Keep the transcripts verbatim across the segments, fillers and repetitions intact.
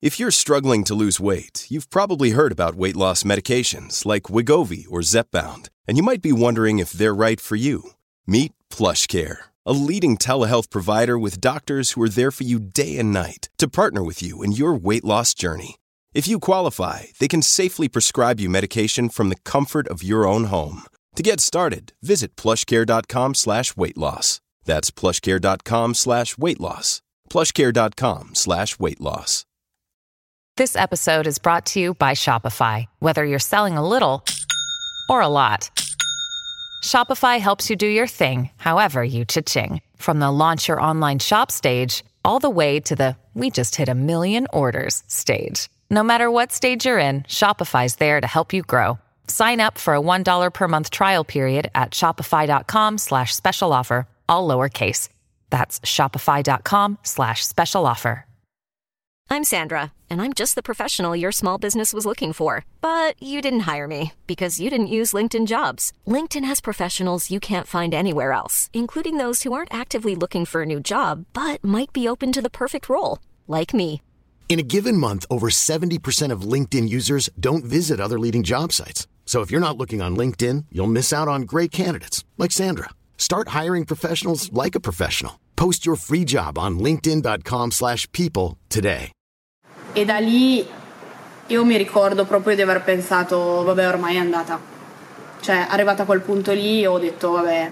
If you're struggling to lose weight, you've probably heard about weight loss medications like Wegovy or Zepbound, and you might be wondering if they're right for you. Meet PlushCare, a leading telehealth provider with doctors who are there for you day and night to partner with you in your weight loss journey. If you qualify, they can safely prescribe you medication from the comfort of your own home. To get started, visit plushcare.com slash weight loss. That's plushcare.com slash weight loss. plushcare.com slash weight loss. This episode is brought to you by Shopify. Whether you're selling a little or a lot, Shopify helps you do your thing, however you cha-ching. From the launch your online shop stage, all the way to the we just hit a million orders stage. No matter what stage you're in, Shopify's there to help you grow. Sign up for a one dollar per month trial period at shopify.com slash special offer, all lowercase. That's shopify.com slash special offer. I'm Sandra, and I'm just the professional your small business was looking for. But you didn't hire me because you didn't use LinkedIn Jobs. LinkedIn has professionals you can't find anywhere else, including those who aren't actively looking for a new job, but might be open to the perfect role, like me. In a given month, over seventy percent of LinkedIn users don't visit other leading job sites. So if you're not looking on LinkedIn, you'll miss out on great candidates, like Sandra. Start hiring professionals like a professional. Post your free job on linkedin.com slash people today. E da lì io mi ricordo proprio di aver pensato, vabbè, ormai è andata. Cioè, arrivata a quel punto lì ho detto, vabbè,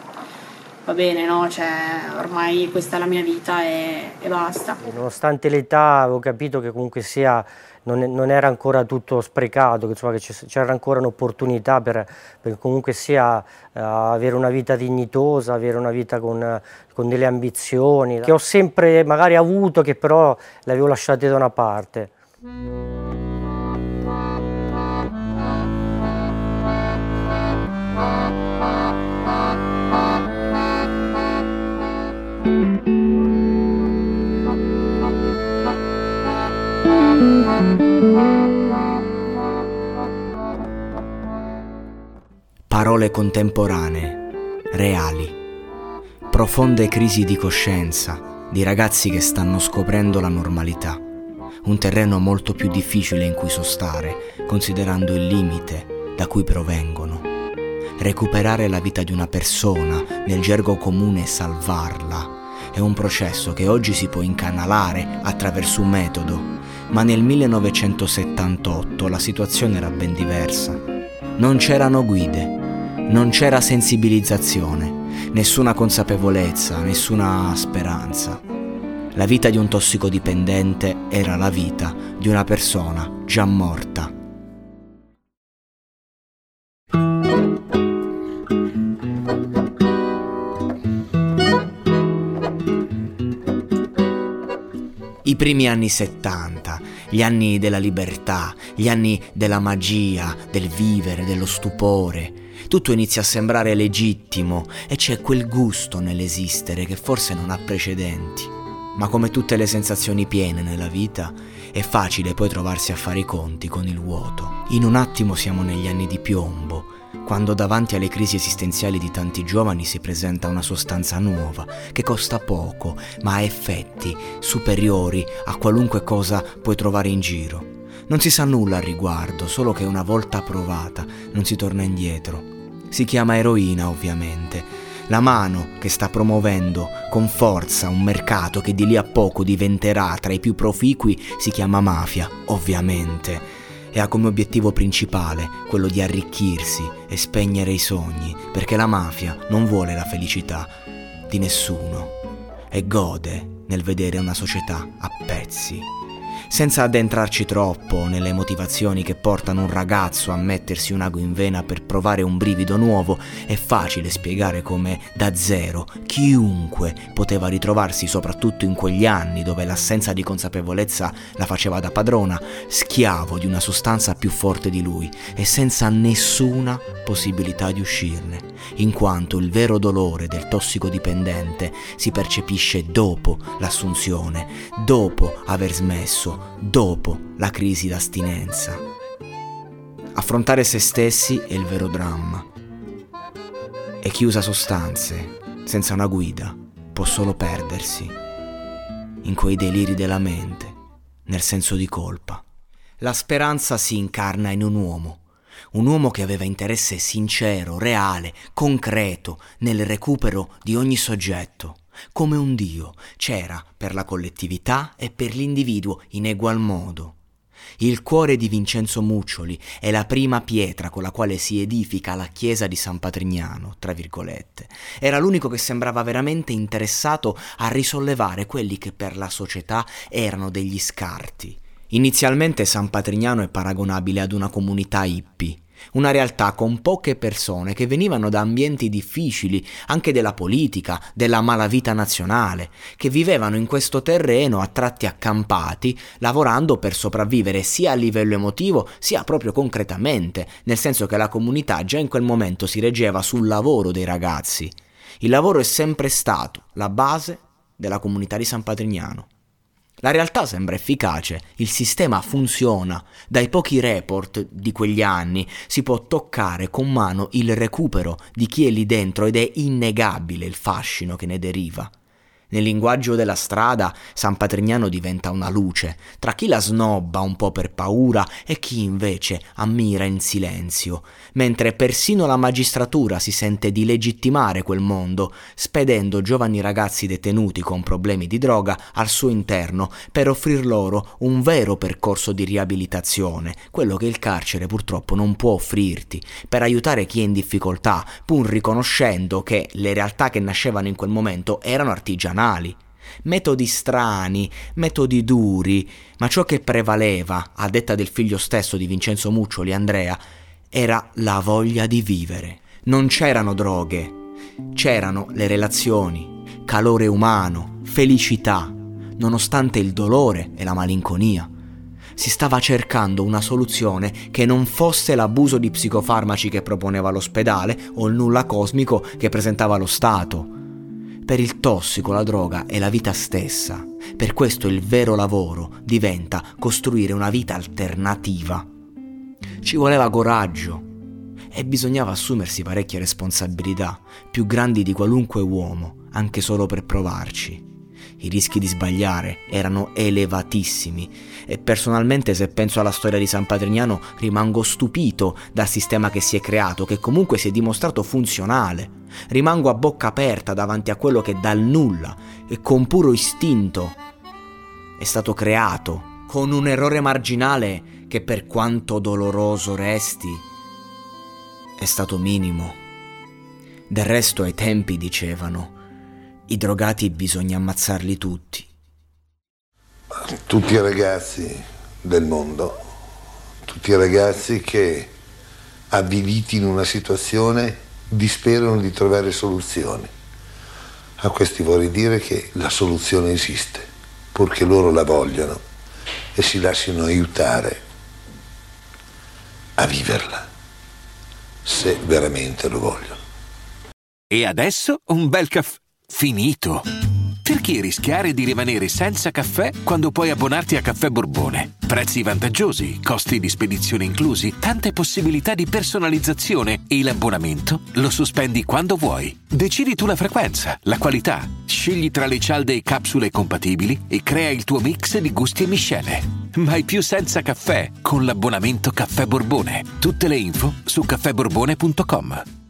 va bene, no? Cioè, ormai questa è la mia vita e, e basta. Nonostante l'età avevo capito che comunque sia non, non era ancora tutto sprecato, che, insomma, che c'era ancora un'opportunità per, per comunque sia uh, avere una vita dignitosa, avere una vita con, con delle ambizioni che ho sempre magari avuto, che però le avevo lasciate da una parte. Parole contemporanee, reali, profonde crisi di coscienza di ragazzi che stanno scoprendo la normalità, un terreno molto più difficile in cui sostare, considerando il limite da cui provengono. Recuperare la vita di una persona, nel gergo comune salvarla, è un processo che oggi si può incanalare attraverso un metodo, ma nel millenovecentosettantotto la situazione era ben diversa. Non c'erano guide, non c'era sensibilizzazione, nessuna consapevolezza, nessuna speranza. La vita di un tossicodipendente era la vita di una persona già morta. I primi anni settanta, gli anni della libertà, gli anni della magia, del vivere, dello stupore. Tutto inizia a sembrare legittimo e c'è quel gusto nell'esistere che forse non ha precedenti. Ma come tutte le sensazioni piene nella vita, è facile poi trovarsi a fare i conti con il vuoto. In un attimo siamo negli anni di piombo, quando davanti alle crisi esistenziali di tanti giovani si presenta una sostanza nuova, che costa poco, ma ha effetti superiori a qualunque cosa puoi trovare in giro. Non si sa nulla al riguardo, solo che una volta provata non si torna indietro. Si chiama eroina, ovviamente. La mano che sta promuovendo con forza un mercato che di lì a poco diventerà tra i più proficui si chiama mafia, ovviamente. E ha come obiettivo principale quello di arricchirsi e spegnere i sogni, perché la mafia non vuole la felicità di nessuno e gode nel vedere una società a pezzi. Senza addentrarci troppo nelle motivazioni che portano un ragazzo a mettersi un ago in vena per provare un brivido nuovo, è facile spiegare come da zero chiunque poteva ritrovarsi, soprattutto in quegli anni dove l'assenza di consapevolezza la faceva da padrona, schiavo di una sostanza più forte di lui e senza nessuna possibilità di uscirne, in quanto il vero dolore del tossicodipendente si percepisce dopo l'assunzione, dopo aver smesso, dopo la crisi d'astinenza. Affrontare se stessi è il vero dramma. E chi usa sostanze senza una guida può solo perdersi in quei deliri della mente nel senso di colpa. La speranza si incarna in un uomo, un uomo che aveva interesse sincero, reale, concreto nel recupero di ogni soggetto. Come un Dio c'era per la collettività e per l'individuo in egual modo. Il cuore di Vincenzo Muccioli è la prima pietra con la quale si edifica la chiesa di San Patrignano, tra virgolette. Era l'unico che sembrava veramente interessato a risollevare quelli che per la società erano degli scarti. Inizialmente San Patrignano è paragonabile ad una comunità hippie, una realtà con poche persone che venivano da ambienti difficili, anche della politica, della malavita nazionale, che vivevano in questo terreno a tratti accampati, lavorando per sopravvivere sia a livello emotivo sia proprio concretamente, nel senso che la comunità già in quel momento si reggeva sul lavoro dei ragazzi. Il lavoro è sempre stato la base della comunità di San Patrignano. La realtà sembra efficace, il sistema funziona, dai pochi report di quegli anni si può toccare con mano il recupero di chi è lì dentro ed è innegabile il fascino che ne deriva. Nel linguaggio della strada San Patrignano diventa una luce, tra chi la snobba un po' per paura e chi invece ammira in silenzio, mentre persino la magistratura si sente di legittimare quel mondo, spedendo giovani ragazzi detenuti con problemi di droga al suo interno per offrir loro un vero percorso di riabilitazione, quello che il carcere purtroppo non può offrirti, per aiutare chi è in difficoltà, pur riconoscendo che le realtà che nascevano in quel momento erano artigianali. Metodi strani, metodi duri, ma ciò che prevaleva, a detta del figlio stesso di Vincenzo Muccioli, Andrea, era la voglia di vivere. Non c'erano droghe, c'erano le relazioni, calore umano, felicità, nonostante il dolore e la malinconia. Si stava cercando una soluzione che non fosse l'abuso di psicofarmaci che proponeva l'ospedale o il nulla cosmico che presentava lo Stato. Per il tossico la droga è la vita stessa, per questo il vero lavoro diventa costruire una vita alternativa. Ci voleva coraggio e bisognava assumersi parecchie responsabilità, più grandi di qualunque uomo, anche solo per provarci. I rischi di sbagliare erano elevatissimi e personalmente, se penso alla storia di San Patrignano, rimango stupito dal sistema che si è creato, che comunque si è dimostrato funzionale. Rimango a bocca aperta davanti a quello che dal nulla e con puro istinto è stato creato, con un errore marginale che, per quanto doloroso resti, è stato minimo. Del resto ai tempi dicevano: i drogati bisogna ammazzarli tutti. Tutti i ragazzi del mondo, tutti i ragazzi che, avviliti in una situazione, disperano di trovare soluzioni. A questi vorrei dire che la soluzione esiste, purché loro la vogliano e si lasciano aiutare a viverla, se veramente lo vogliono. E adesso un bel caffè finito. Perché rischiare di rimanere senza caffè quando puoi abbonarti a Caffè Borbone? Prezzi vantaggiosi, costi di spedizione inclusi, tante possibilità di personalizzazione e l'abbonamento lo sospendi quando vuoi. Decidi tu la frequenza, la qualità, scegli tra le cialde e capsule compatibili e crea il tuo mix di gusti e miscele. Mai più senza caffè con l'abbonamento Caffè Borbone. Tutte le info su caffè borbone punto com.